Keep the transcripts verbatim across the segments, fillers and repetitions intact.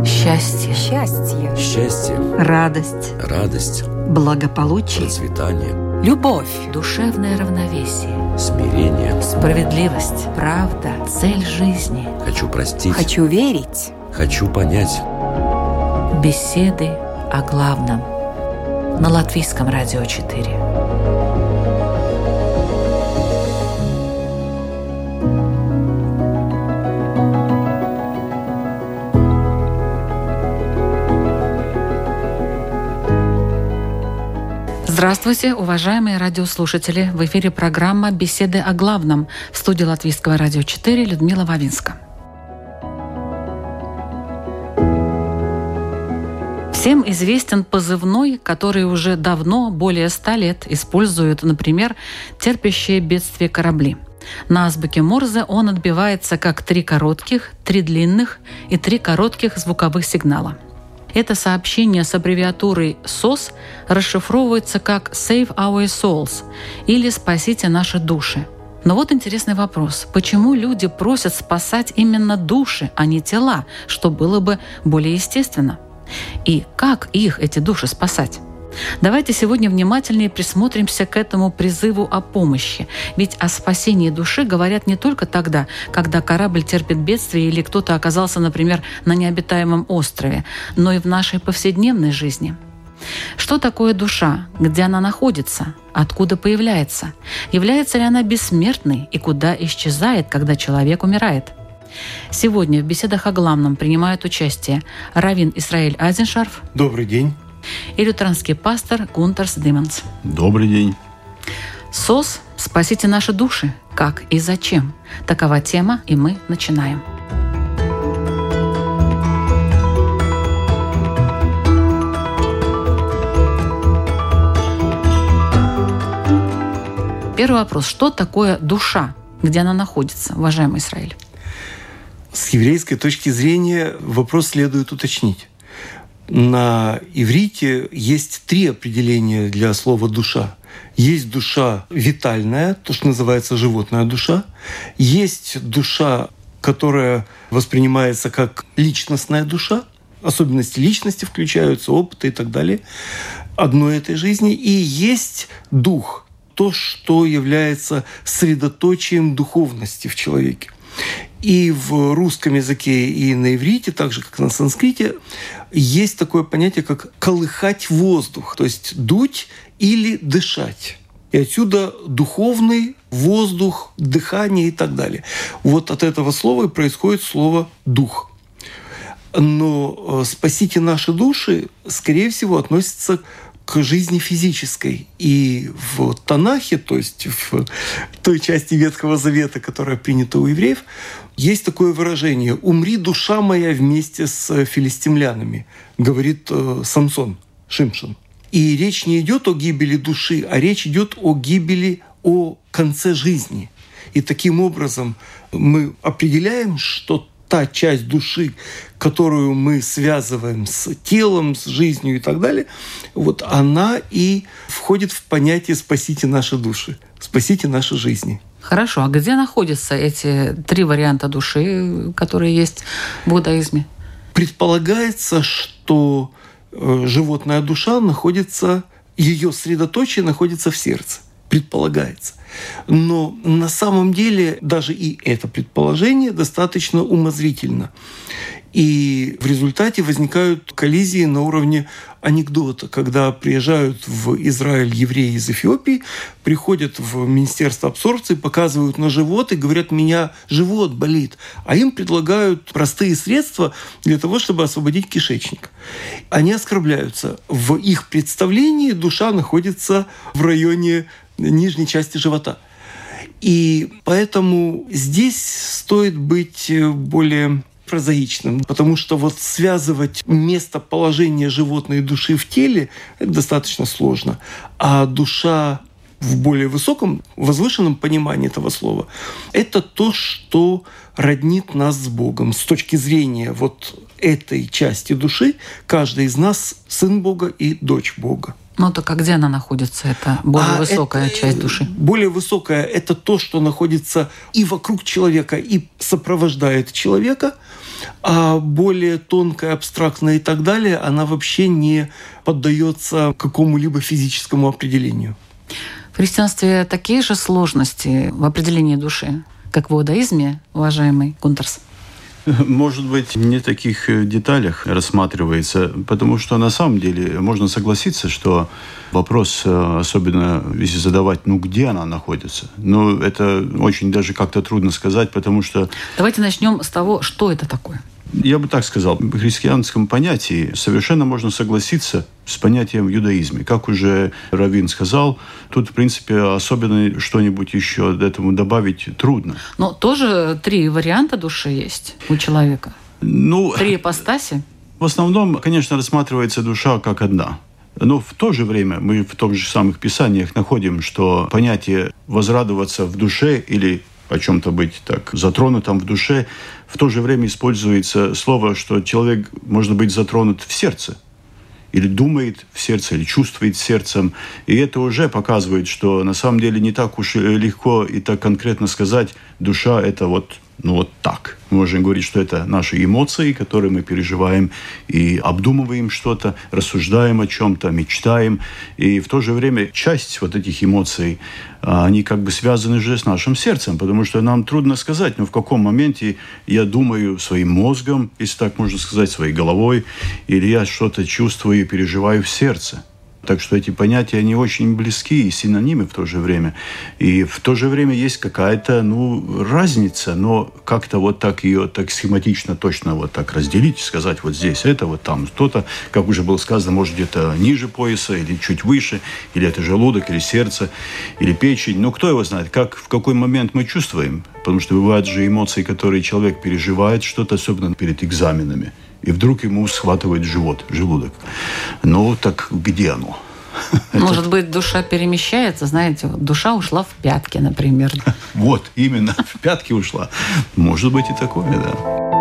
Счастье. Счастье. Счастье. Радость. Радость. Благополучие. Процветание. Любовь. Душевное равновесие. Смирение. Справедливость. Правда. Цель жизни. Хочу простить. Хочу верить. Хочу понять. Беседы о главном. На Латвийском радио четыре. Здравствуйте, уважаемые радиослушатели! В эфире программа «Беседы о главном». В студии Латвийского радио четыре Людмила Вавинска. Всем известен позывной, который уже давно, более ста лет, используют, например, терпящие бедствие корабли. На азбуке Морзе он отбивается как три коротких, три длинных и три коротких звуковых сигнала. Это сообщение с аббревиатурой сос расшифровывается как «Save our souls» или «Спасите наши души». Но вот интересный вопрос. Почему люди просят спасать именно души, а не тела, что было бы более естественно? И как их, эти души, спасать? Давайте сегодня внимательнее присмотримся к этому призыву о помощи. Ведь о спасении души говорят не только тогда, когда корабль терпит бедствие или кто-то оказался, например, на необитаемом острове, но и в нашей повседневной жизни. Что такое душа? Где она находится? Откуда появляется? Является ли она бессмертной и куда исчезает, когда человек умирает? Сегодня в беседах о главном принимают участие раввин Исраэль Айзеншарф. Добрый день. И лютеранский пастор Гунтерс Диманс. Добрый день. СОС «Спасите наши души. Как и зачем?» Такова тема, и мы начинаем. Первый вопрос. Что такое душа? Где она находится, уважаемый Исраэль? С еврейской точки зрения вопрос следует уточнить. На иврите есть три определения для слова «душа». Есть душа витальная, то, что называется животная душа. Есть душа, которая воспринимается как личностная душа. Особенности личности включаются, опыты и так далее. Одной этой жизни. И есть дух, то, что является средоточием духовности в человеке. И в русском языке, и на иврите, так же, как на санскрите, есть такое понятие, как «колыхать воздух», то есть дуть или дышать. И отсюда духовный воздух, дыхание и так далее. Вот от этого слова и происходит слово «дух». Но «спасите наши души», скорее всего, относится к жизни физической. И в Танахе, то есть в той части Ветхого Завета, которая принята у евреев, есть такое выражение «умри, душа моя, вместе с филистимлянами», говорит Самсон, Шимшон. И речь не идет о гибели души, а речь идет о гибели, о конце жизни. И таким образом мы определяем, что та часть души, которую мы связываем с телом, с жизнью и так далее, вот она и входит в понятие «спасите наши души», «спасите наши жизни». Хорошо. А где находятся эти три варианта души, которые есть в иудаизме? Предполагается, что животная душа находится, ее средоточие находится в сердце. Предполагается. Но на самом деле даже и это предположение достаточно умозрительно. И в результате возникают коллизии на уровне анекдота, когда приезжают в Израиль евреи из Эфиопии, приходят в Министерство абсорбции, показывают на живот и говорят: «Меня живот болит». А им предлагают простые средства для того, чтобы освободить кишечник. Они оскорбляются. В их представлении душа находится в районе нижней части живота. И поэтому здесь стоит быть более прозаичным, потому что вот связывать местоположение животной души в теле – это достаточно сложно. А душа в более высоком, возвышенном понимании этого слова – это то, что роднит нас с Богом. С точки зрения вот этой части души каждый из нас сын Бога и дочь Бога. Ну, так а где она находится? Это более а высокая это, часть души. Более высокая – это то, что находится и вокруг человека, и сопровождает человека. А более тонкая, абстрактная и так далее, она вообще не поддается какому-либо физическому определению. В христианстве такие же сложности в определении души, как в иудаизме, уважаемый Гунтерс? Может быть, не в таких деталях рассматривается, потому что на самом деле можно согласиться, что вопрос, особенно если задавать, ну где она находится, ну это очень даже как-то трудно сказать, потому что... Давайте начнем с того, что это такое. Я бы так сказал, в христианском понятии совершенно можно согласиться с понятием в иудаизме. Как уже Раввин сказал, тут, в принципе, особенно что-нибудь еще этому добавить трудно. Но тоже три варианта души есть у человека. Ну, три ипостаси. В основном, конечно, рассматривается душа как одна. Но в то же время мы в том же самых писаниях находим, что понятие «возрадоваться в душе» или о чем-то быть так затронутым в душе, в то же время используется слово, что человек может быть затронут в сердце. Или думает в сердце, или чувствует сердцем. И это уже показывает, что на самом деле не так уж легко и так конкретно сказать, душа – это вот, ну, вот так. Мы можем говорить, что это наши эмоции, которые мы переживаем и обдумываем что-то, рассуждаем о чем-то, мечтаем. И в то же время часть вот этих эмоций, они как бы связаны же с нашим сердцем, потому что нам трудно сказать, ну, в каком моменте я думаю своим мозгом, если так можно сказать, своей головой, или я что-то чувствую и переживаю в сердце. Так что эти понятия, они очень близки и синонимы в то же время. И в то же время есть какая-то, ну, разница, но как-то вот так ее так схематично точно вот так разделить, сказать, вот здесь это, вот там что-то, как уже было сказано, может где-то ниже пояса или чуть выше, или это желудок, или сердце, или печень. Ну, кто его знает, как, в какой момент мы чувствуем. Потому что бывают же эмоции, которые человек переживает, что-то особенно перед экзаменами. И вдруг ему схватывает живот, желудок. Ну, так где оно? Может быть, душа перемещается, знаете, вот душа ушла в пятки, например. Вот, именно, в пятки ушла. Может быть и такое, да.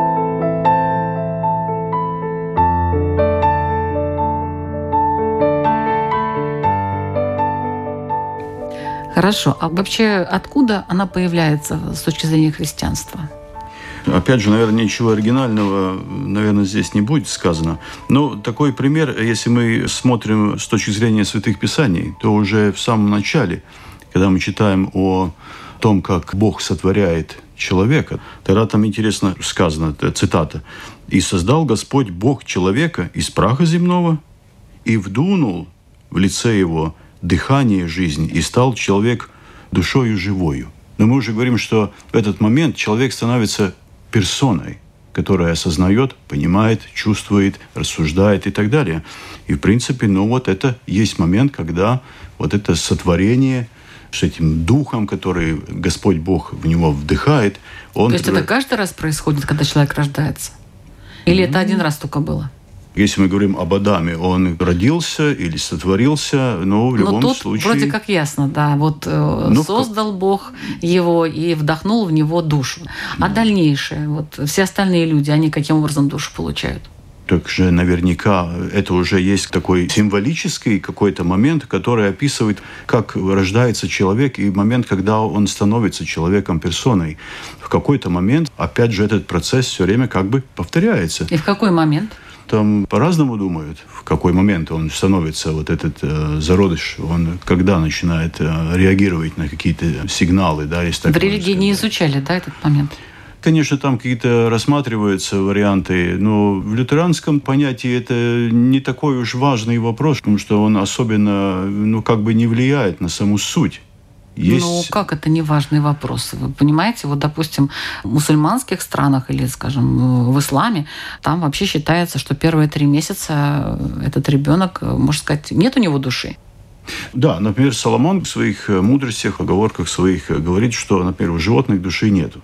Хорошо. А вообще откуда она появляется с точки зрения христианства? Опять же, наверное, ничего оригинального, наверное, здесь не будет сказано. Но такой пример, если мы смотрим с точки зрения Святых Писаний, то уже в самом начале, когда мы читаем о том, как Бог сотворяет человека, тогда там интересно сказано, цитата, «И создал Господь Бог человека из праха земного, и вдунул в лице его дыхание жизни, и стал человек душою живою». Но мы уже говорим, что в этот момент человек становится персоной, которая осознает, понимает, чувствует, рассуждает и так далее. И, в принципе, ну вот это есть момент, когда вот это сотворение с этим духом, который Господь Бог в него вдыхает, он... То есть это каждый раз происходит, когда человек рождается? Или mm-hmm. это один раз только было? Если мы говорим об Адаме, он родился или сотворился, но в любом но тут случае... вроде как ясно, да. Вот ну, создал Бог его и вдохнул в него душу. А ну. дальнейшее, вот все остальные люди, они каким образом душу получают? Так же наверняка это уже есть такой символический какой-то момент, который описывает, как рождается человек, и момент, когда он становится человеком, персоной. В какой-то момент, опять же, этот процесс все время как бы повторяется. И в какой момент? Там по-разному думают, в какой момент он становится, вот этот э, зародыш, он когда начинает э, реагировать на какие-то сигналы, да, если так в религии сказать. Не изучали, да, этот момент? Конечно, там какие-то рассматриваются варианты, но в лютеранском понятии это не такой уж важный вопрос, потому что он особенно, ну, как бы не влияет на саму суть. Есть... Ну, как это не важный вопрос? Вы понимаете, вот, допустим, в мусульманских странах или, скажем, в исламе, там вообще считается, что первые три месяца этот ребенок, можно сказать, нет у него души. Да, например, Соломон в своих мудростях, оговорках своих говорит, что, например, у животных души нету.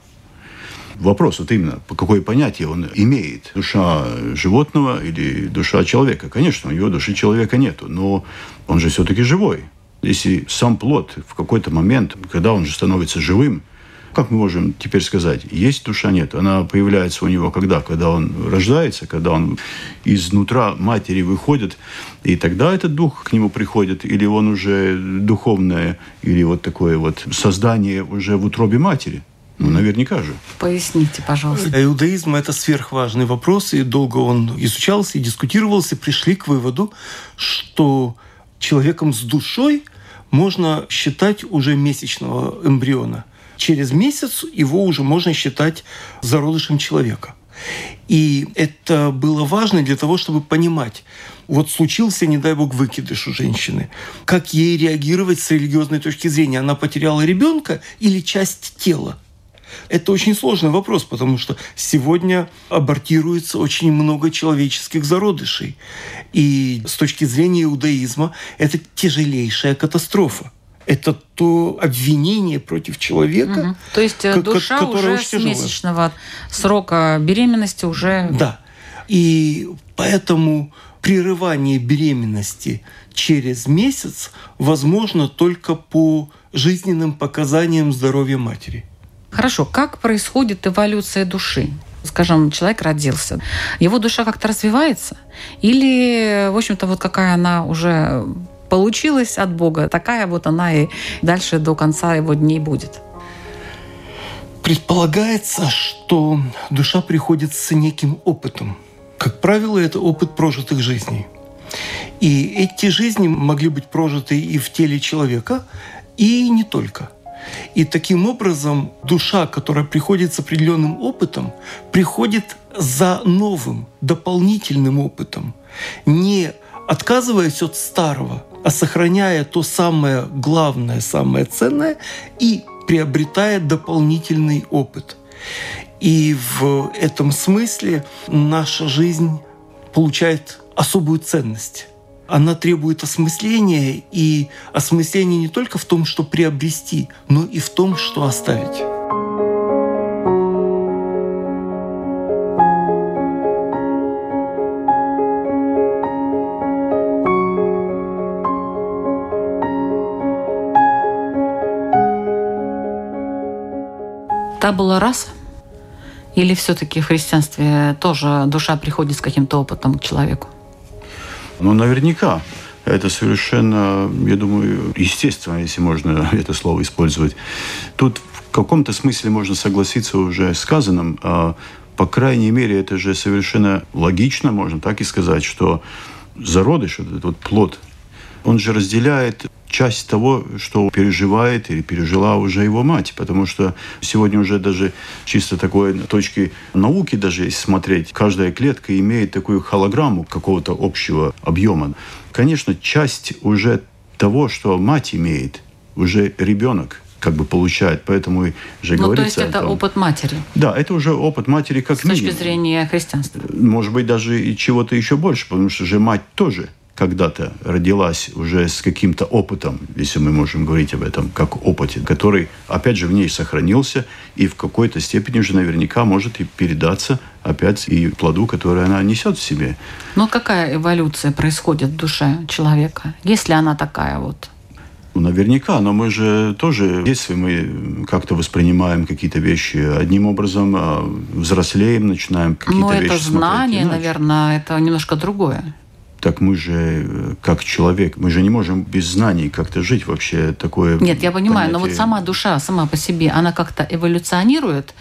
Вопрос вот именно, какое понятие он имеет. Душа животного или душа человека? Конечно, у него души человека нету, но он же все-таки живой. Если сам плод в какой-то момент, когда он же становится живым, Как мы можем теперь сказать, есть душа, нет? Она появляется у него когда? Когда он рождается, когда он изнутра матери выходит, и тогда этот дух к нему приходит, или он уже духовное, или вот такое вот создание уже в утробе матери? Ну, наверняка же. Поясните, пожалуйста. Иудаизм – это сверхважный вопрос, и долго он изучался и дискутировался, пришли к выводу, что человеком с душой можно считать уже месячного эмбриона. Через месяц его уже можно считать зародышем человека. И это было важно для того, чтобы понимать, вот случился, не дай бог, выкидыш у женщины. Как ей реагировать с религиозной точки зрения? Она потеряла ребенка или часть тела? Это очень сложный вопрос, потому что сегодня абортируется очень много человеческих зародышей. И с точки зрения иудаизма это тяжелейшая катастрофа. Это то обвинение против человека. Угу. То есть к- душа уже с месячного срока беременности уже... Да. И поэтому прерывание беременности через месяц возможно только по жизненным показаниям здоровья матери. Хорошо. Как происходит эволюция души? Скажем, человек родился. Его душа как-то развивается? Или, в общем-то, вот какая она уже получилась от Бога, такая вот она и дальше до конца его дней будет? Предполагается, что душа приходит с неким опытом. Как правило, это опыт прожитых жизней. И эти жизни могли быть прожиты и в теле человека, и не только. И таким образом душа, которая приходит с определенным опытом, приходит за новым, дополнительным опытом, не отказываясь от старого, а сохраняя то самое главное, самое ценное и приобретая дополнительный опыт. И в этом смысле наша жизнь получает особую ценность. Она требует осмысления, и осмысление не только в том, что приобрести, но и в том, что оставить. Табула раса? Или все-таки в христианстве тоже душа приходит с каким-то опытом к человеку? Ну, наверняка. Это совершенно, я думаю, естественно, если можно это слово использовать. Тут в каком-то смысле можно согласиться уже с сказанным. А, по крайней мере, это же совершенно логично, можно так и сказать, что зародыш, этот вот плод, он же разделяет часть того, что переживает или пережила уже его мать. Потому что сегодня уже даже чисто такой точки науки, даже если смотреть, каждая клетка имеет такую холограмму какого-то общего объема. Конечно, часть уже того, что мать имеет, уже ребенок как бы получает. Поэтому же ну, говорится... то есть это том, опыт матери? Да, это уже опыт матери как минимум. С точки зрения христианства? Может быть, даже и чего-то еще больше, потому что же мать тоже когда-то родилась уже с каким-то опытом, если мы можем говорить об этом как опыте, который, опять же, в ней сохранился и в какой-то степени же наверняка может и передаться опять и плоду, который она несет в себе. Но какая эволюция происходит в душе человека, если она такая вот? Ну, наверняка, но мы же тоже, если мы как-то воспринимаем какие-то вещи одним образом, а взрослеем, начинаем какие-то но вещи это смотреть знание, иначе. наверное, это немножко другое. Так мы же, как человек, мы же не можем без знаний как-то жить вообще такое. Нет, я понимаю, понятие... но вот сама душа, сама по себе, она как-то эволюционирует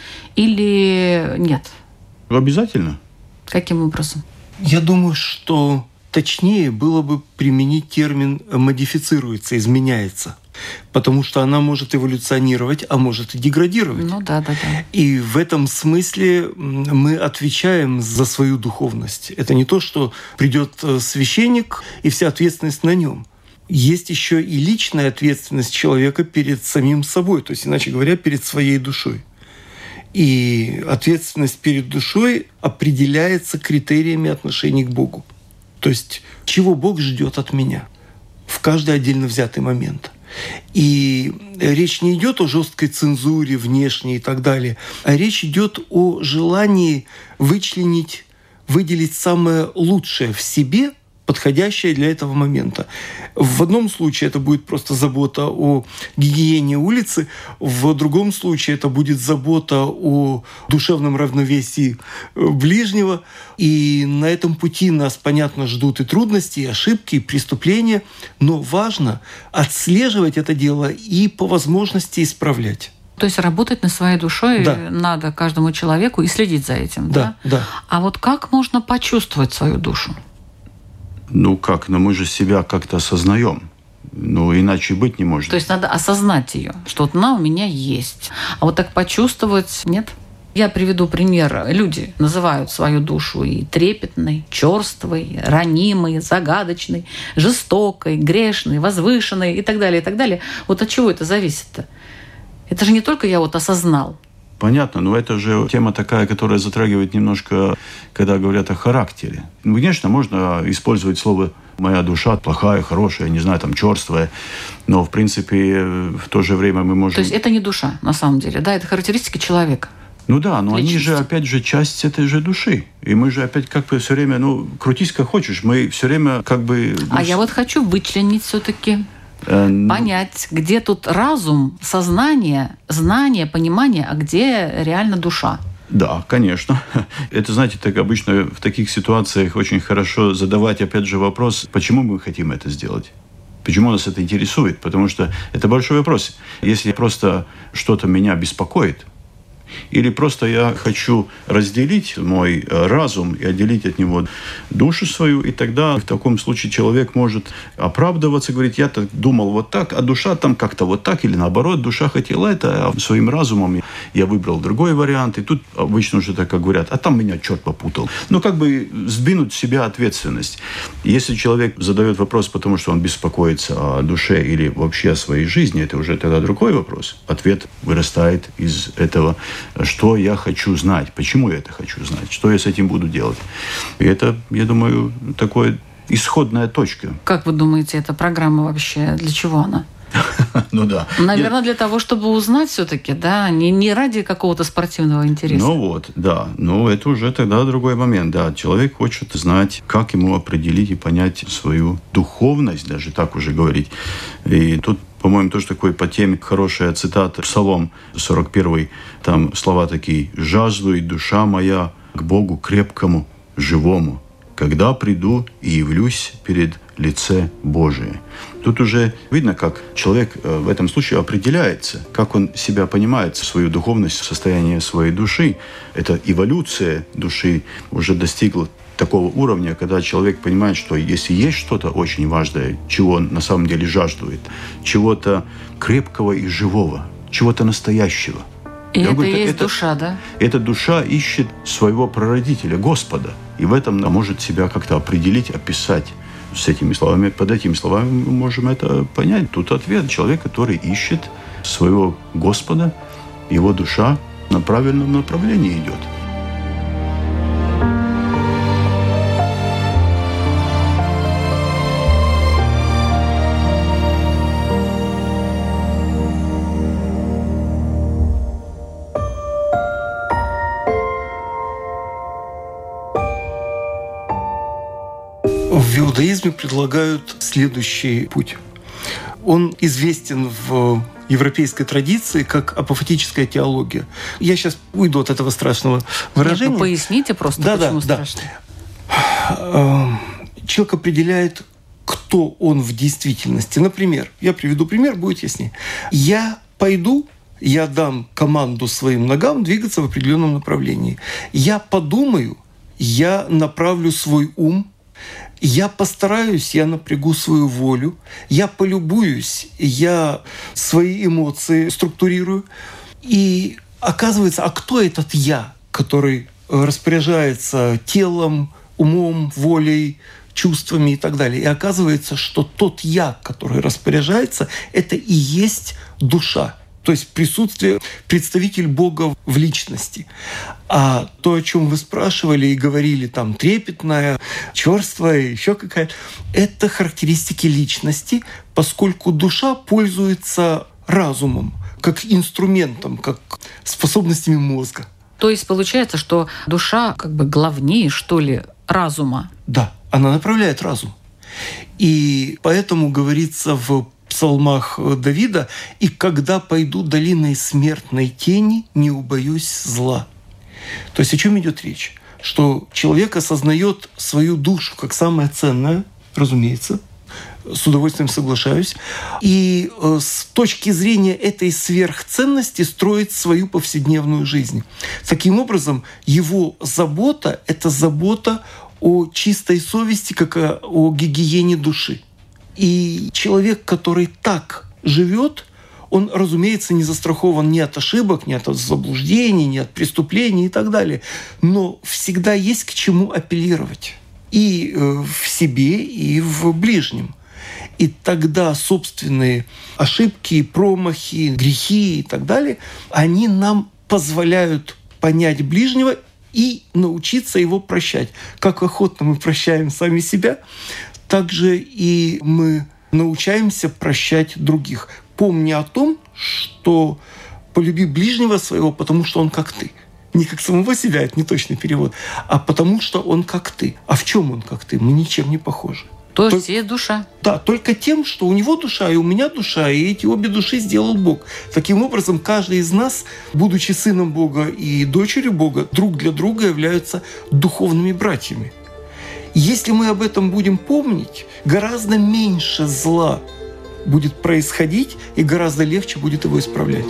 или нет? Обязательно. Каким образом? Я думаю, что точнее было бы применить термин «модифицируется», «изменяется». Потому что она может эволюционировать, а может и деградировать. Ну да, да, да. И в этом смысле мы отвечаем за свою духовность. Это не то, что придет священник и вся ответственность на нем. Есть еще и личная ответственность человека перед самим собой, то есть, иначе говоря, перед своей душой. И ответственность перед душой определяется критериями отношений к Богу. То есть, чего Бог ждет от меня в каждый отдельно взятый момент. И речь не идет о жесткой цензуре внешней и так далее, а речь идет о желании вычленить, выделить самое лучшее в себе подходящее для этого момента. В одном случае это будет просто забота о гигиене улицы, в другом случае это будет забота о душевном равновесии ближнего. И на этом пути нас, понятно, ждут и трудности, и ошибки, и преступления, но важно отслеживать это дело и по возможности исправлять. То есть работать над своей душой да. надо каждому человеку и следить за этим, да? Да, да. А вот как можно почувствовать свою душу? Ну как, но мы же себя как-то осознаем. Ну, иначе быть не может. То есть надо осознать ее, что вот она у меня есть. А вот так почувствовать нет? Я приведу пример. Люди называют свою душу и трепетной, черствой, ранимой, загадочной, жестокой, грешной, возвышенной и так далее, и так далее. Вот от чего это зависит-то? Это же не только я вот осознал. Понятно, но это же тема такая, которая затрагивает немножко, когда говорят о характере. Ну, конечно, можно использовать слово «моя душа плохая, хорошая, не знаю, там, черствая», но, в принципе, в то же время мы можем... То есть это не душа, на самом деле, да? Это характеристика человека. Ну да, но личности. Они же, опять же, часть этой же души. И мы же опять как бы все время, ну, крутись как хочешь, мы все время как бы... Ну, а я вот хочу вычленить все-таки... Понять, где тут разум, сознание, знание, понимание, а где реально душа. Да, конечно. Это, знаете, так обычно в таких ситуациях очень хорошо задавать, опять же, вопрос, почему мы хотим это сделать? Почему нас это интересует? Потому что это большой вопрос. Если просто что-то меня беспокоит, или просто я хочу разделить мой разум и отделить от него душу свою, и тогда в таком случае человек может оправдываться, говорить, я-то думал вот так, а душа там как-то вот так, или наоборот, душа хотела это, а своим разумом я выбрал другой вариант, и тут обычно уже так как говорят, а там меня черт попутал. Ну, как бы сдвинуть с себя ответственность. Если человек задает вопрос, потому что он беспокоится о душе или вообще о своей жизни, это уже тогда другой вопрос. Ответ вырастает из этого. Что я хочу знать, почему я это хочу знать, что я с этим буду делать. И это, я думаю, такая исходная точка. Как вы думаете, эта программа вообще, для чего она? Ну да. Наверное, для того, чтобы узнать все-таки, да, не, не ради какого-то спортивного интереса. Ну вот, да. Но это уже тогда другой момент, да. Человек хочет знать, как ему определить и понять свою духовность, даже так уже говорить. И тут, по-моему, тоже такой по теме хорошая цитата. Псалом сорок первый, там слова такие. «Жаждует душа моя к Богу крепкому, живому, когда приду и явлюсь перед лице Божие». Тут уже видно, как человек в этом случае определяется, как он себя понимает, свою духовность, состояние своей души. Это эволюция души уже достигла такого уровня, когда человек понимает, что если есть что-то очень важное, чего он на самом деле жаждует, чего-то крепкого и живого, чего-то настоящего. И это говорю, и есть это, душа, да? Эта душа ищет своего прародителя, Господа. И в этом она может себя как-то определить, описать. С этими словами, под этими словами мы можем это понять. Тут ответ. Человек, который ищет своего Господа, его душа на правильном направлении идет. В иудаизме предлагают следующий путь. Он известен в европейской традиции как апофатическая теология. Я сейчас уйду от этого страшного выражения. Нет, ну поясните просто, да, почему да, страшно. Да. Человек определяет, кто он в действительности. Например, я приведу пример, будет яснее. Я пойду, я дам команду своим ногам двигаться в определенном направлении. Я подумаю, я направлю свой ум, я постараюсь, я напрягу свою волю, я полюбуюсь, я свои эмоции структурирую. И оказывается, а кто этот «я», который распоряжается телом, умом, волей, чувствами и так далее? И оказывается, что тот «я», который распоряжается, это и есть душа. То есть присутствие, представитель Бога в личности. А то, о чем вы спрашивали и говорили, там, трепетная, черствая, еще какая-то, это характеристики личности, поскольку душа пользуется разумом, как инструментом, как способностями мозга. То есть получается, что душа как бы главнее, что ли, разума? Да. она направляет разум. И поэтому говорится в псалмах Давида: «И когда пойду долиной смертной тени, не убоюсь зла». То есть о чем идет речь? Что человек осознает свою душу как самое ценное, разумеется, с удовольствием соглашаюсь, и с точки зрения этой сверхценности строит свою повседневную жизнь. Таким образом, его забота – это забота о чистой совести, как о гигиене души. И человек, который так живет, он, разумеется, не застрахован ни от ошибок, ни от заблуждений, ни от преступлений и так далее. Но всегда есть к чему апеллировать. И в себе, и в ближнем. И тогда собственные ошибки, промахи, грехи и так далее, они нам позволяют понять ближнего и научиться его прощать. Как охотно мы прощаем сами себя, так же и мы научаемся прощать других. Помня о том, что полюби ближнего своего, потому что он как ты. Не как самого себя, это не точный перевод, а потому что он как ты. А в чем он как ты? Мы ничем не похожи. То есть Только, есть душа. Да, только тем, что у него душа и у меня душа, и эти обе души сделал Бог. Таким образом, каждый из нас, будучи сыном Бога и дочерью Бога, друг для друга являются духовными братьями. Если мы об этом будем помнить, гораздо меньше зла будет происходить, и гораздо легче будет его исправлять.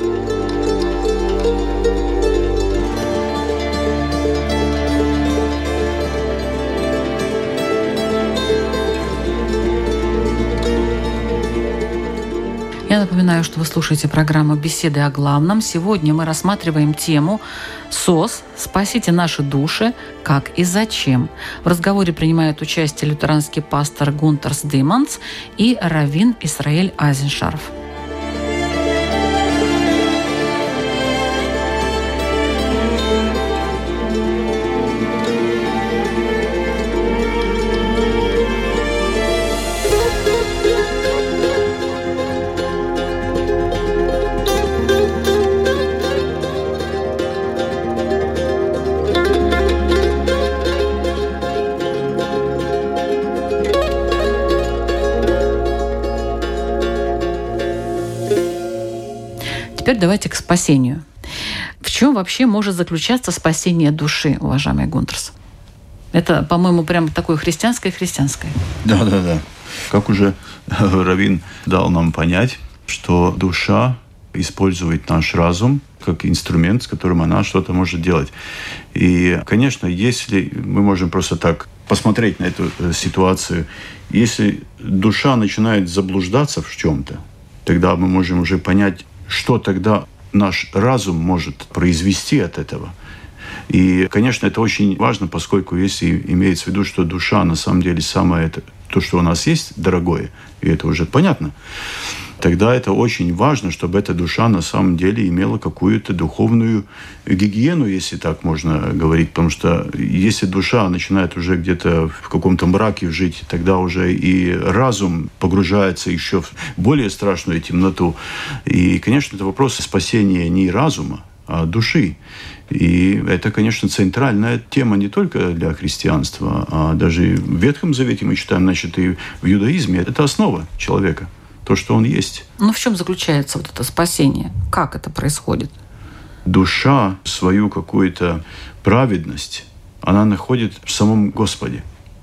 Я напоминаю, что вы слушаете программу «Беседы о главном». Сегодня мы рассматриваем тему «СОС. Спасите наши души. Как и зачем?». В разговоре принимают участие лютеранский пастор Гунтерс Диманс и раввин Исраэль Айзеншарф. Теперь давайте к спасению. В чем вообще может заключаться спасение души, уважаемый Гунтерс? Это, по-моему, прям такое христианское-христианское. Да, да, да. Как уже раввин дал нам понять, что душа использует наш разум как инструмент, с которым она что-то может делать. И, конечно, если мы можем просто так посмотреть на эту ситуацию, если душа начинает заблуждаться в чем-то, тогда мы можем уже понять, что тогда наш разум может произвести от этого. И, конечно, это очень важно, поскольку если имеется в виду, что душа на самом деле самое это, то, что у нас есть, дорогое, и это уже понятно, тогда это очень важно, чтобы эта душа на самом деле имела какую-то духовную гигиену, если так можно говорить. Потому что если душа начинает уже где-то в каком-то мраке жить, тогда уже и разум погружается еще в более страшную темноту. И, конечно, это вопрос спасения не разума, а души. И это, конечно, центральная тема не только для христианства, а даже в Ветхом Завете мы читаем, значит, и в иудаизме. Это основа человека. То, что он есть. Но в чем заключается вот это спасение? Как это происходит? Душа свою какую-то праведность, она находит в самом Господе.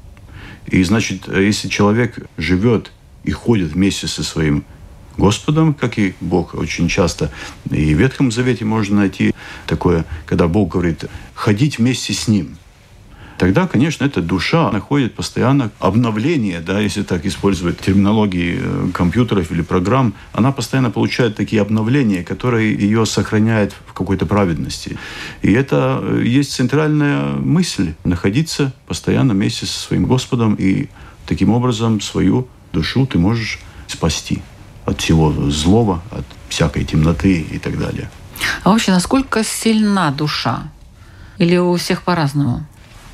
И, значит, если человек живет и ходит вместе со своим Господом, как и Бог очень часто, и в Ветхом Завете можно найти такое, когда Бог говорит «ходить вместе с Ним». Тогда, конечно, эта душа находит постоянно обновление, да, если так использовать терминологии компьютеров или программ, она постоянно получает такие обновления, которые ее сохраняют в какой-то праведности. И это есть центральная мысль – находиться постоянно вместе со своим Господом, и таким образом свою душу ты можешь спасти от всего злого, от всякой темноты и так далее. А вообще, насколько сильна душа? Или у всех по-разному?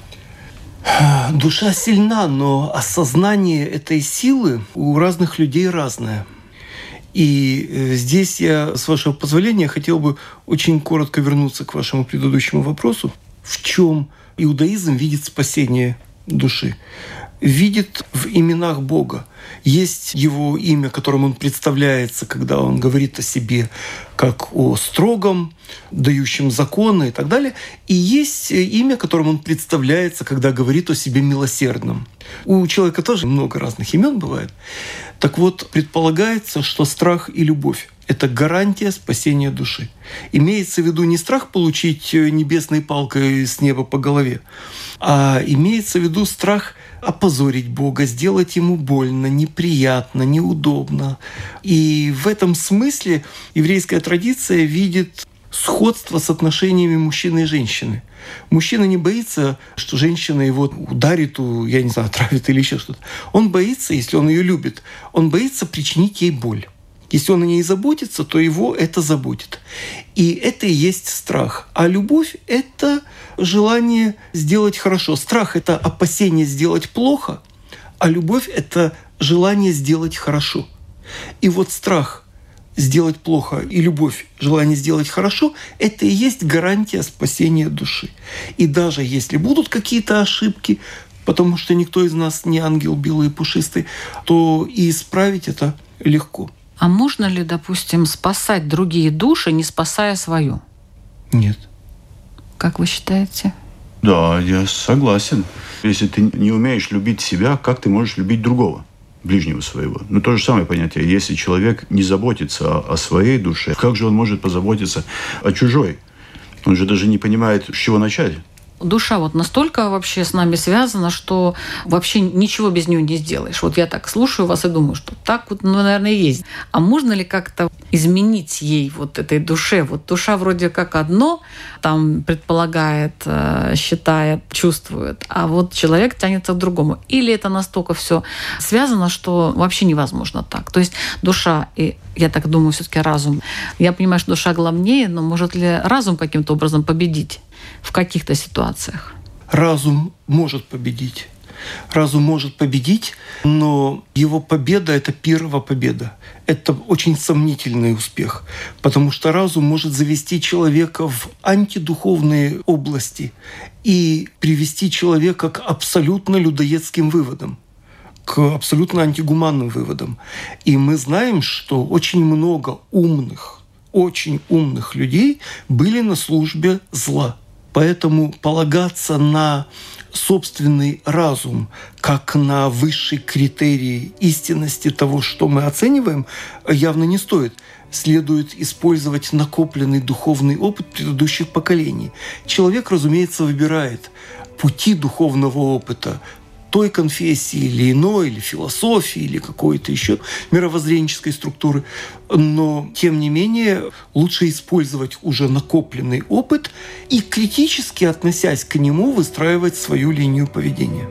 Душа сильна, но осознание этой силы у разных людей разное. И здесь я, с вашего позволения, хотел бы очень коротко вернуться к вашему предыдущему вопросу. В чем иудаизм видит спасение души видит в именах Бога. Есть его имя, которым он представляется, когда он говорит о себе как о строгом, дающем законы и так далее. И есть имя, которым он представляется, когда говорит о себе милосердном. У человека тоже много разных имен бывает. Так вот, предполагается, что страх и любовь — это гарантия спасения души. Имеется в виду не страх получить небесной палкой с неба по голове, а имеется в виду страх опозорить Бога, сделать Ему больно, неприятно, неудобно. И в этом смысле еврейская традиция видит сходство с отношениями мужчины и женщины. Мужчина не боится, что женщина его ударит, я не знаю, отравит или еще что-то. Он боится, если он ее любит, он боится причинить ей боль. Если он о ней заботится, то его это заботит. И это и есть страх. А любовь — это желание сделать хорошо. Страх — это опасение сделать плохо, а любовь — это желание сделать хорошо. И вот страх сделать плохо и любовь, желание сделать хорошо — это и есть гарантия спасения души. И даже если будут какие-то ошибки, потому что никто из нас не ангел белый и пушистый, то и исправить это легко. А можно ли, допустим, спасать другие души, не спасая свою? Нет. Как вы считаете? Да, я согласен. Если ты не умеешь любить себя, как ты можешь любить другого, ближнего своего? Ну, то же самое понятие. Если человек не заботится о, о своей душе, как же он может позаботиться о чужой? Он же даже не понимает, с чего начать. Душа вот настолько вообще с нами связана, что вообще ничего без нее не сделаешь. Вот я так слушаю вас и думаю, что так вот, ну, наверное, и есть. А можно ли как-то изменить ей, вот этой душе? Вот душа вроде как одно, там предполагает, считает, чувствует, а вот человек тянется к другому. Или это настолько все связано, что вообще невозможно так. То есть душа и, я так думаю, все-таки разум. Я понимаю, что душа главнее, но может ли разум каким-то образом победить в каких-то ситуациях? Разум может победить. Разум может победить, но его победа — это первая победа. Это очень сомнительный успех, потому что разум может завести человека в антидуховные области и привести человека к абсолютно людоедским выводам, к абсолютно антигуманным выводам. И мы знаем, что очень много умных, очень умных людей были на службе зла. Поэтому полагаться на собственный разум как на высший критерий истинности того, что мы оцениваем, явно не стоит. Следует использовать накопленный духовный опыт предыдущих поколений. Человек, разумеется, выбирает пути духовного опыта той конфессии или иной, или философии, или какой-то еще мировоззренческой структуры. Но, тем не менее, лучше использовать уже накопленный опыт и, критически относясь к нему, выстраивать свою линию поведения.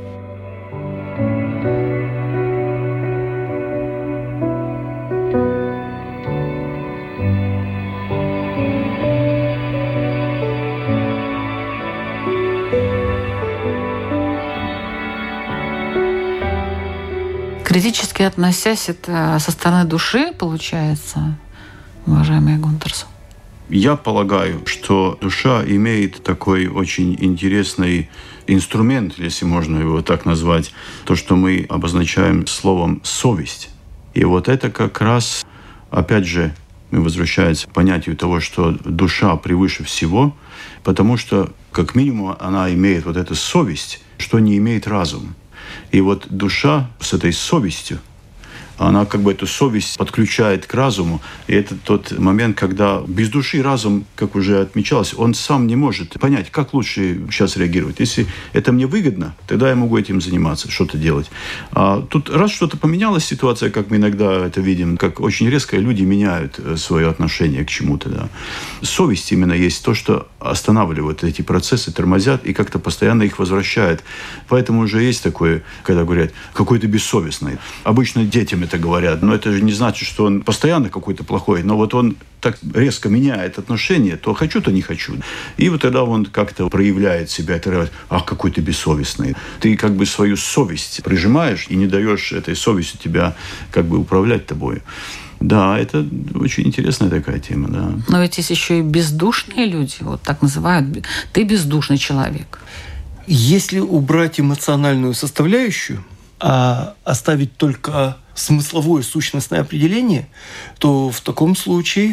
Критически относясь, это со стороны души, получается, уважаемый Гунтерс? Я полагаю, что душа имеет такой очень интересный инструмент, если можно его так назвать, то, что мы обозначаем словом «совесть». И вот это как раз, опять же, мы возвращаемся к понятию того, что душа превыше всего, потому что, как минимум, она имеет вот эту совесть, что не имеет разум. И вот душа с этой совестью, она как бы эту совесть подключает к разуму. И это тот момент, когда без души разум, как уже отмечалось, он сам не может понять, как лучше сейчас реагировать. Если это мне выгодно, тогда я могу этим заниматься, что-то делать. А тут раз что-то поменялась ситуация, как мы иногда это видим, как очень резко люди меняют свое отношение к чему-то. Да. Совесть именно есть то, что останавливает эти процессы, тормозят и как-то постоянно их возвращает. Поэтому уже есть такое, когда говорят, какой-то бессовестный. Обычно детям это говорят, но это же не значит, что он постоянно какой-то плохой, но вот он так резко меняет отношения, то хочу, то не хочу. И вот тогда он как-то проявляет себя, и говорит, ах, какой ты бессовестный. Ты как бы свою совесть прижимаешь и не даешь этой совестью тебя как бы управлять тобой. Да, это очень интересная такая тема, да. Но ведь есть еще и бездушные люди, вот так называют. Ты бездушный человек. Если убрать эмоциональную составляющую, а оставить только смысловое сущностное определение, то в таком случае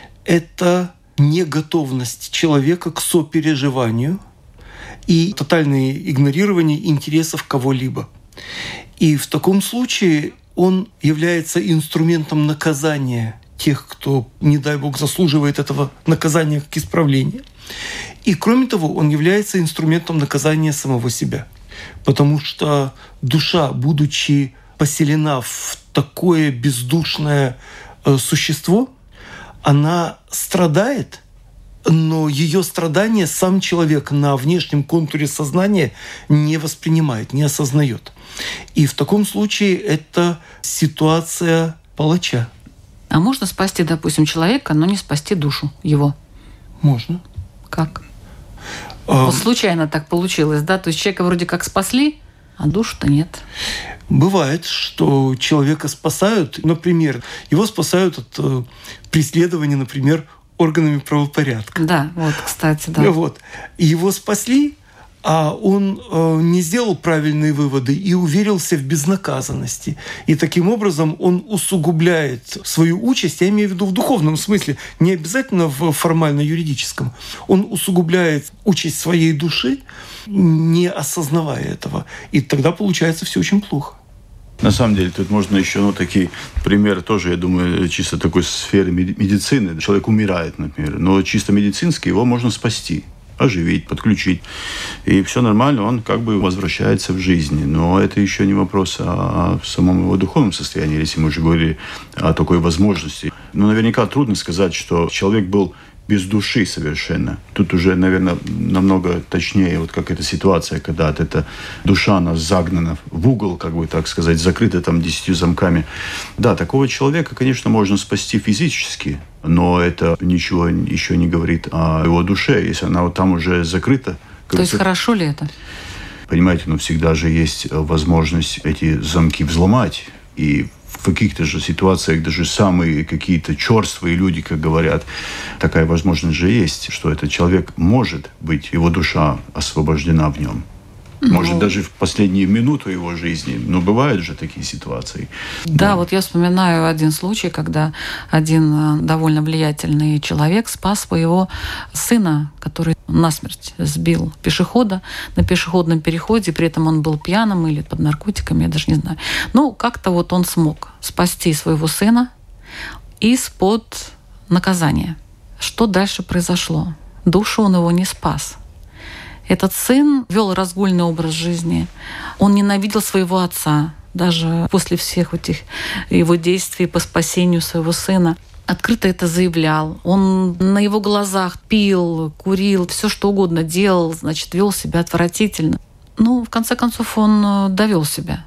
это неготовность человека к сопереживанию и тотальное игнорирование интересов кого-либо. И в таком случае он является инструментом наказания тех, кто, не дай Бог, заслуживает этого наказания как исправления. И кроме того, он является инструментом наказания самого себя. Потому что душа, будучи поселена в такое бездушное существо, она страдает, но ее страдания сам человек на внешнем контуре сознания не воспринимает, не осознает. И в таком случае это ситуация палача. А можно спасти, допустим, человека, но не спасти душу его? Можно. Как? А... Вот случайно так получилось, да? То есть человека вроде как спасли, а душу-то нет. Бывает, что человека спасают, например, его спасают от э, преследования, например, органами правопорядка. Да, вот, кстати, да. Вот. Его спасли, а он э, не сделал правильные выводы и уверился в безнаказанности. И таким образом он усугубляет свою участь, я имею в виду в духовном смысле, не обязательно в формально-юридическом. Он усугубляет участь своей души, не осознавая этого. И тогда получается все очень плохо. На самом деле, тут можно еще, ну, такие примеры тоже, я думаю, чисто такой сферы медицины. Человек умирает, например, но чисто медицински его можно спасти, оживить, подключить. И все нормально, он как бы возвращается в жизнь. Но это еще не вопрос о самом его духовном состоянии, если мы уже говорили о такой возможности. Но наверняка трудно сказать, что человек был без души совершенно. Тут уже, наверное, намного точнее, вот как эта ситуация, когда эта душа, она загнана в угол, как бы так сказать, закрыта там десятью замками. Да, такого человека, конечно, можно спасти физически, но это ничего еще не говорит о его душе, если она вот там уже закрыта. То есть хорошо ли это? Понимаете, ну всегда же есть возможность эти замки взломать. И в каких-то же ситуациях даже самые какие-то черствые люди, как говорят, такая возможность же есть, что этот человек может быть, его душа освобождена в нем. Может, ну, даже в последнюю минуту его жизни. Но бывают же такие ситуации. Да, да, вот я вспоминаю один случай, когда один довольно влиятельный человек спас своего сына, который насмерть сбил пешехода на пешеходном переходе, при этом он был пьяным или под наркотиками, я даже не знаю. Но как-то вот он смог спасти своего сына из-под наказания. Что дальше произошло? Душу он его не спас. Этот сын вел разгульный образ жизни. Он ненавидел своего отца, даже после всех этих его действий по спасению своего сына. Открыто это заявлял. Он на его глазах пил, курил, все что угодно делал, значит, вел себя отвратительно. Ну, в конце концов, он довел себя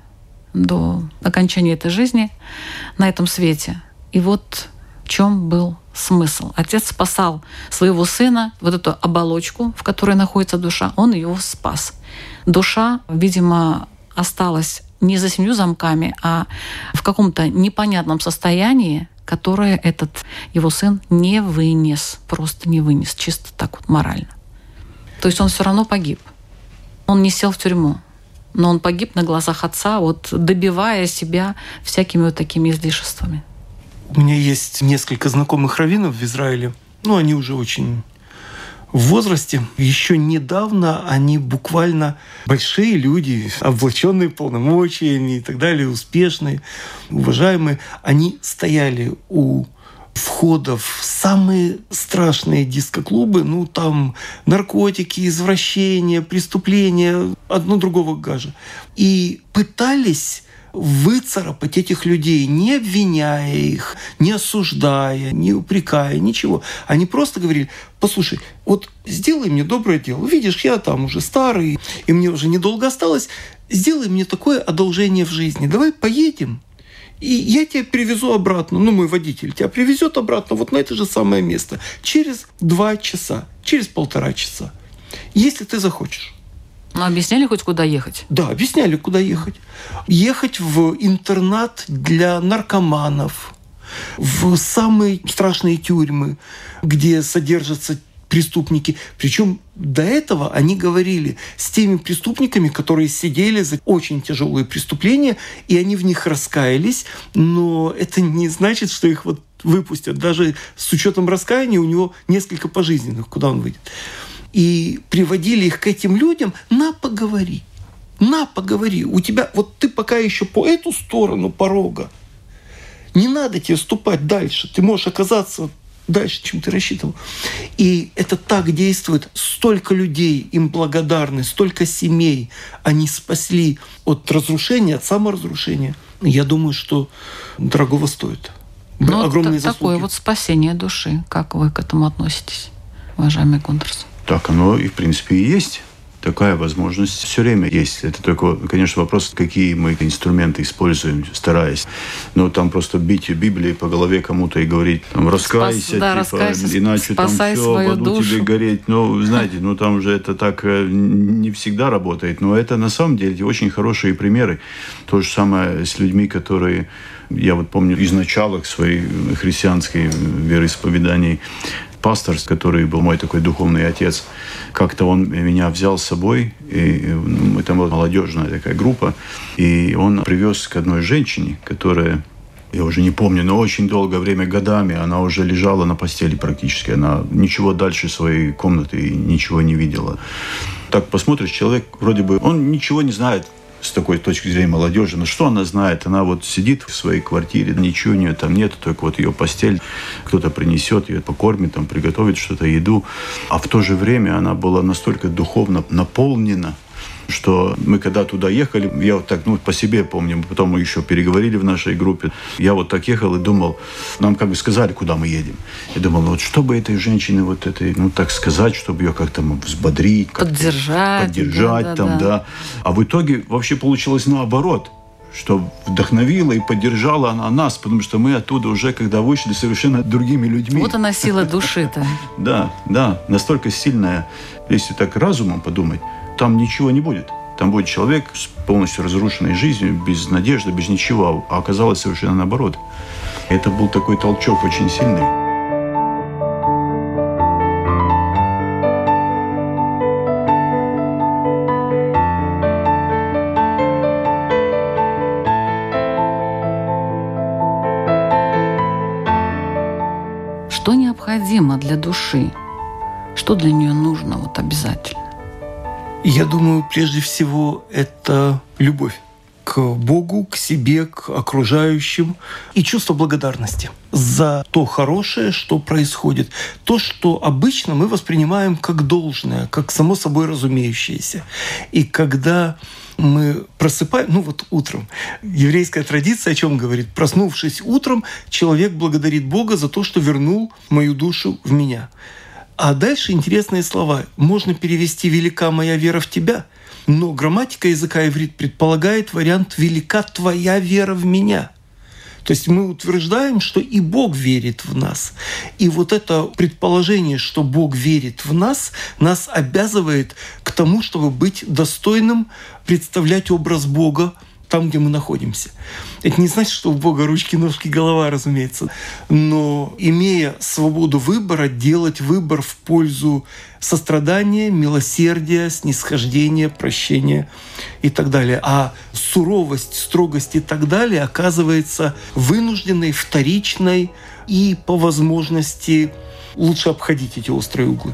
до окончания этой жизни на этом свете. И вот в чем был смысл. Отец спасал своего сына, вот эту оболочку, в которой находится душа, он его спас. Душа, видимо, осталась не за семью замками, а в каком-то непонятном состоянии, которое этот его сын не вынес, просто не вынес, чисто так вот морально. То есть он все равно погиб. Он не сел в тюрьму, но он погиб на глазах отца, вот добивая себя всякими вот такими излишествами. У меня есть несколько знакомых раввинов в Израиле. Ну, они уже очень в возрасте. Еще недавно они буквально большие люди, облаченные полномочиями и так далее, успешные, уважаемые. Они стояли у входа в самые страшные дискоклубы. Ну, там наркотики, извращения, преступления, одно другого гажа. И пытались выцарапать этих людей, не обвиняя их, не осуждая, не упрекая, ничего. Они просто говорили: послушай, вот сделай мне доброе дело. Видишь, я там уже старый, и мне уже недолго осталось. Сделай мне такое одолжение в жизни. Давай поедем, и я тебя привезу обратно. Ну, мой водитель тебя привезет обратно вот на это же самое место через два часа, через полтора часа, если ты захочешь. Ну, объясняли хоть, куда ехать? Да, объясняли, куда ехать. Ехать в интернат для наркоманов, в самые страшные тюрьмы, где содержатся преступники. Причем до этого они говорили с теми преступниками, которые сидели за очень тяжелые преступления, и они в них раскаялись, но это не значит, что их вот выпустят. Даже с учетом раскаяния у него несколько пожизненных, куда он выйдет. И приводили их к этим людям: на, поговори, на, поговори. У тебя, вот ты пока еще по эту сторону порога, не надо тебе ступать дальше, ты можешь оказаться дальше, чем ты рассчитывал. И это так действует. Столько людей им благодарны, столько семей они спасли от разрушения, от саморазрушения. Я думаю, что дорогого стоит. Ну, огромные вот заслуги. Такое вот спасение души. Как вы к этому относитесь, уважаемый Гундерс? Так оно и в принципе и есть. Такая возможность все время есть. Это только, конечно, вопрос, какие мы инструменты используем, стараясь. Но там просто бить Библией по голове кому-то и говорить, там, раскайся, Спас, да, типа, раскайся, иначе там все, в аду душу. Тебе гореть. Ну, знаете, ну там же это так не всегда работает. Но это на самом деле очень хорошие примеры. То же самое с людьми, которые, я вот помню, из начала своей христианской вероисповеданий, пастор, который был мой такой духовный отец, как-то он меня взял с собой, и мы там была молодежная такая группа, и он привез к одной женщине, которая, я уже не помню, но очень долгое время, годами, она уже лежала на постели практически, она ничего дальше своей комнаты ничего не видела. Так посмотришь, человек вроде бы, он ничего не знает с такой точки зрения молодежи. Но что она знает? Она вот сидит в своей квартире, ничего у нее там нет, только вот ее постель. Кто-то принесет ее, покормит, там, приготовит что-то, еду. А в то же время она была настолько духовно наполнена, что мы когда туда ехали, я вот так, ну, по себе помню, потом мы еще переговорили в нашей группе, я вот так ехал и думал, нам как бы сказали, куда мы едем. Я думал, ну вот чтобы этой женщине вот этой, ну так сказать, чтобы ее как-то взбодрить, как поддержать, поддержать да, там, да, да. А в итоге вообще получилось наоборот, что вдохновила и поддержала она нас, потому что мы оттуда уже, когда вышли, совершенно другими людьми. Вот она сила души-то. Да, да, настолько сильная, если так разумом подумать, там ничего не будет. Там будет человек с полностью разрушенной жизнью, без надежды, без ничего. А оказалось совершенно наоборот. Это был такой толчок очень сильный. Что необходимо для души? Что для нее нужно вот обязательно? Я думаю, прежде всего, это любовь к Богу, к себе, к окружающим и чувство благодарности за то хорошее, что происходит. То, что обычно мы воспринимаем как должное, как само собой разумеющееся. И когда мы просыпаем, ну вот утром, еврейская традиция о чем говорит? Проснувшись утром, человек благодарит Бога за то, что вернул мою душу в меня. А дальше интересные слова. Можно перевести «велика моя вера в тебя», но грамматика языка иврит предполагает вариант «велика твоя вера в меня». То есть мы утверждаем, что и Бог верит в нас. И вот это предположение, что Бог верит в нас, нас обязывает к тому, чтобы быть достойным представлять образ Бога там, где мы находимся. Это не значит, что у Бога ручки, ножки, голова, разумеется. Но имея свободу выбора, делать выбор в пользу сострадания, милосердия, снисхождения, прощения и так далее. А суровость, строгость и так далее оказывается вынужденной, вторичной и по возможности лучше обходить эти острые углы.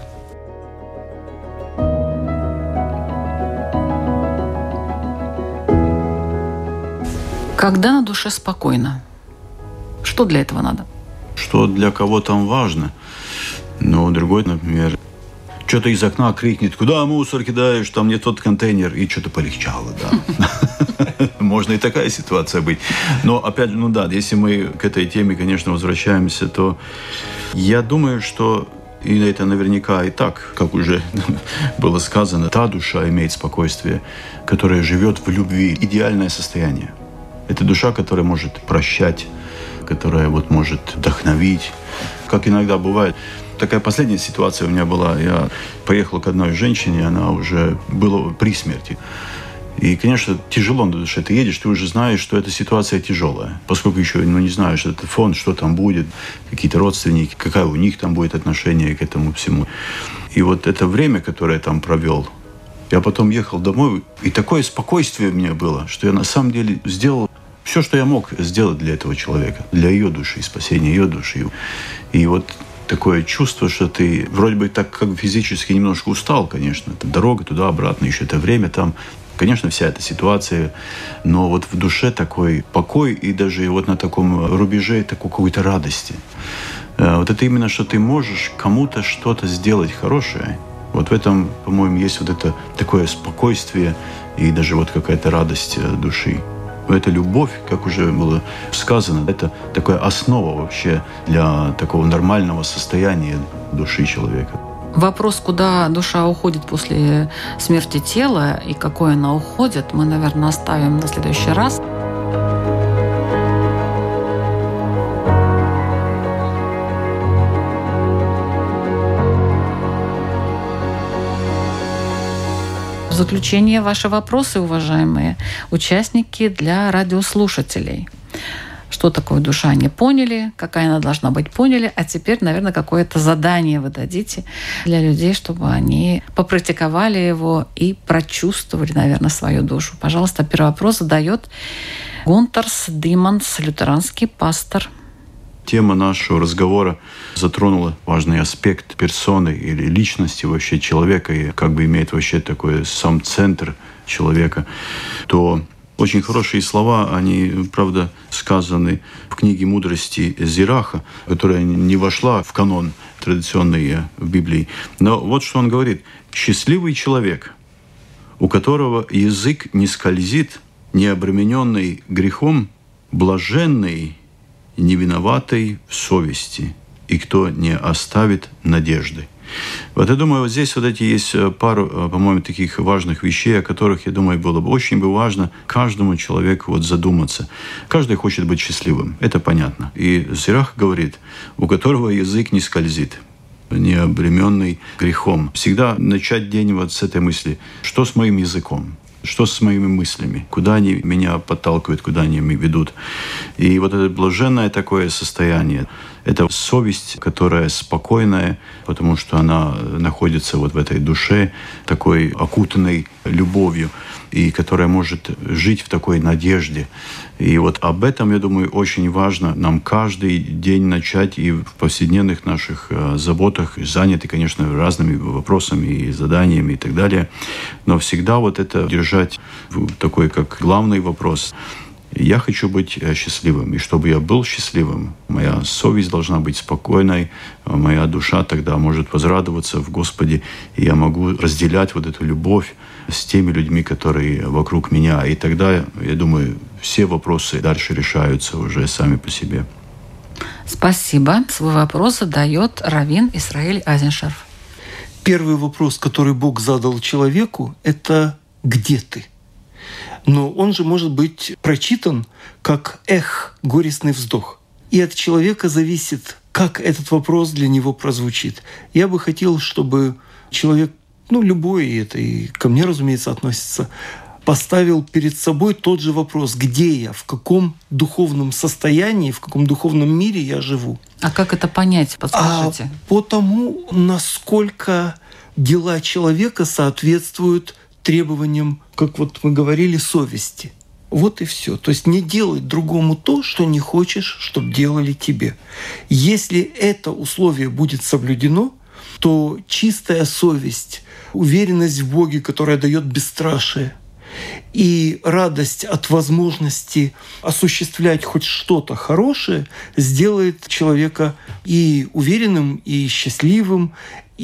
Когда на душе спокойно? Что для этого надо? Что для кого там важно? Ну, другой, например, что-то из окна крикнет: куда мусор кидаешь, там не тот контейнер, и что-то полегчало, да. Можно и такая ситуация быть. Но, опять же, ну да, если мы к этой теме, конечно, возвращаемся, то я думаю, что и это наверняка и так, как уже было сказано, та душа имеет спокойствие, которая живет в любви, идеальное состояние. Это душа, которая может прощать, которая вот может вдохновить. Как иногда бывает. Такая последняя ситуация у меня была. Я поехал к одной женщине, она уже была при смерти. И, конечно, тяжело на душе. Ты едешь, ты уже знаешь, что эта ситуация тяжелая. Поскольку еще ну, не знаешь этот фон, что там будет, какие-то родственники, какая у них там будет отношение к этому всему. И вот это время, которое я там провел, я потом ехал домой, и такое спокойствие у меня было, что я на самом деле сделал все, что я мог сделать для этого человека, для ее души, спасения ее души. И вот такое чувство, что ты вроде бы так как физически немножко устал, конечно. Это дорога туда-обратно, еще это время там. Конечно, вся эта ситуация, но вот в душе такой покой и даже вот на таком рубеже такой какой-то радости. Вот это именно, что ты можешь кому-то что-то сделать хорошее. Вот в этом, по-моему, есть вот это такое спокойствие и даже вот какая-то радость души. Эта любовь, как уже было сказано, это такая основа вообще для такого нормального состояния души человека. Вопрос, куда душа уходит после смерти тела и какой она уходит, мы, наверное, оставим на следующий раз. В заключение ваши вопросы, уважаемые участники, для радиослушателей. Что такое душа, не поняли, какая она должна быть, поняли. А теперь, наверное, какое-то задание вы дадите для людей, чтобы они попрактиковали его и прочувствовали, наверное, свою душу. Пожалуйста, первый вопрос задает Гунтарс Диманс, лютеранский пастор. Тема нашего разговора затронула важный аспект персоны или личности вообще человека, и как бы имеет вообще такой сам центр человека, то очень хорошие слова, они, правда, сказаны в книге мудрости Зираха, которая не вошла в канон традиционный в Библии. Но вот что он говорит. «Счастливый человек, у которого язык не скользит, не обремененный грехом, блаженный, невиноватый в совести, и кто не оставит надежды». Вот я думаю, вот здесь вот эти есть пару, по-моему, таких важных вещей, о которых, я думаю, было бы очень бы важно каждому человеку вот задуматься. Каждый хочет быть счастливым, это понятно. И Зирах говорит, у которого язык не скользит, не обремененный грехом. Всегда начать день вот с этой мысли, что с моим языком? Что с моими мыслями? Куда они меня подталкивают, куда они меня ведут? И вот это блаженное такое состояние, это совесть, которая спокойная, потому что она находится вот в этой душе, такой окутанной любовью, и которая может жить в такой надежде. И вот об этом, я думаю, очень важно нам каждый день начать и в повседневных наших заботах, заняты, конечно, разными вопросами и заданиями и так далее, но всегда вот это держать такой как главный вопрос. Я хочу быть счастливым. И чтобы я был счастливым, моя совесть должна быть спокойной, моя душа тогда может возрадоваться в Господе, и я могу разделять вот эту любовь с теми людьми, которые вокруг меня. И тогда, я думаю, все вопросы дальше решаются уже сами по себе. Спасибо. Свой вопрос задает раввин Исраэль Айзеншарф. Первый вопрос, который Бог задал человеку, это «Где ты?». Но он же может быть прочитан как «эх», горестный вздох. И от человека зависит, как этот вопрос для него прозвучит. Я бы хотел, чтобы человек, ну, любой, и это и ко мне, разумеется, относится, поставил перед собой тот же вопрос, где я, в каком духовном состоянии, в каком духовном мире я живу. А как это понять, подскажите? А по тому, насколько дела человека соответствуют требованиям, как вот мы говорили, совести. Вот и все. То есть не делать другому то, что не хочешь, чтобы делали тебе. Если это условие будет соблюдено, то чистая совесть, уверенность в Боге, которая дает бесстрашие, и радость от возможности осуществлять хоть что-то хорошее сделает человека и уверенным, и счастливым,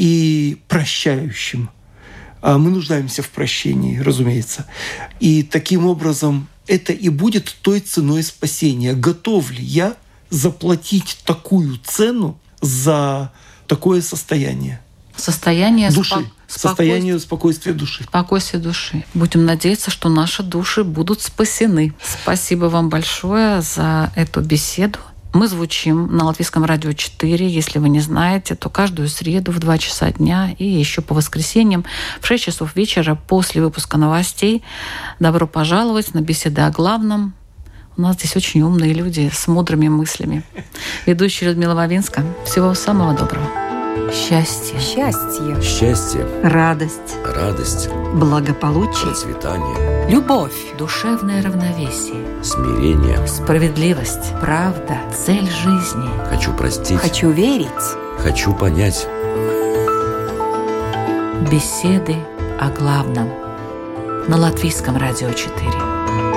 и прощающим. А мы нуждаемся в прощении, разумеется. И таким образом это и будет той ценой спасения. Готов ли я заплатить такую цену за такое состояние? Состояние души. Спо- состояние спокойствия души. Спокойствие души. Будем надеяться, что наши души будут спасены. Спасибо вам большое за эту беседу. Мы звучим на Латвийском радио четыре. Если вы не знаете, то каждую среду в два часа дня и еще по воскресеньям в шесть часов вечера после выпуска новостей. Добро пожаловать на беседы о главном. У нас здесь очень умные люди с мудрыми мыслями. Ведущая Людмила Вавинска. Всего самого доброго. Счастье. Счастье. Счастье. Радость. Радость. Благополучие. Процветание. Любовь. Душевное равновесие. Смирение. Справедливость. Правда. Цель жизни. Хочу простить. Хочу верить. Хочу понять. Беседы о главном. На Латвийском радио четыре.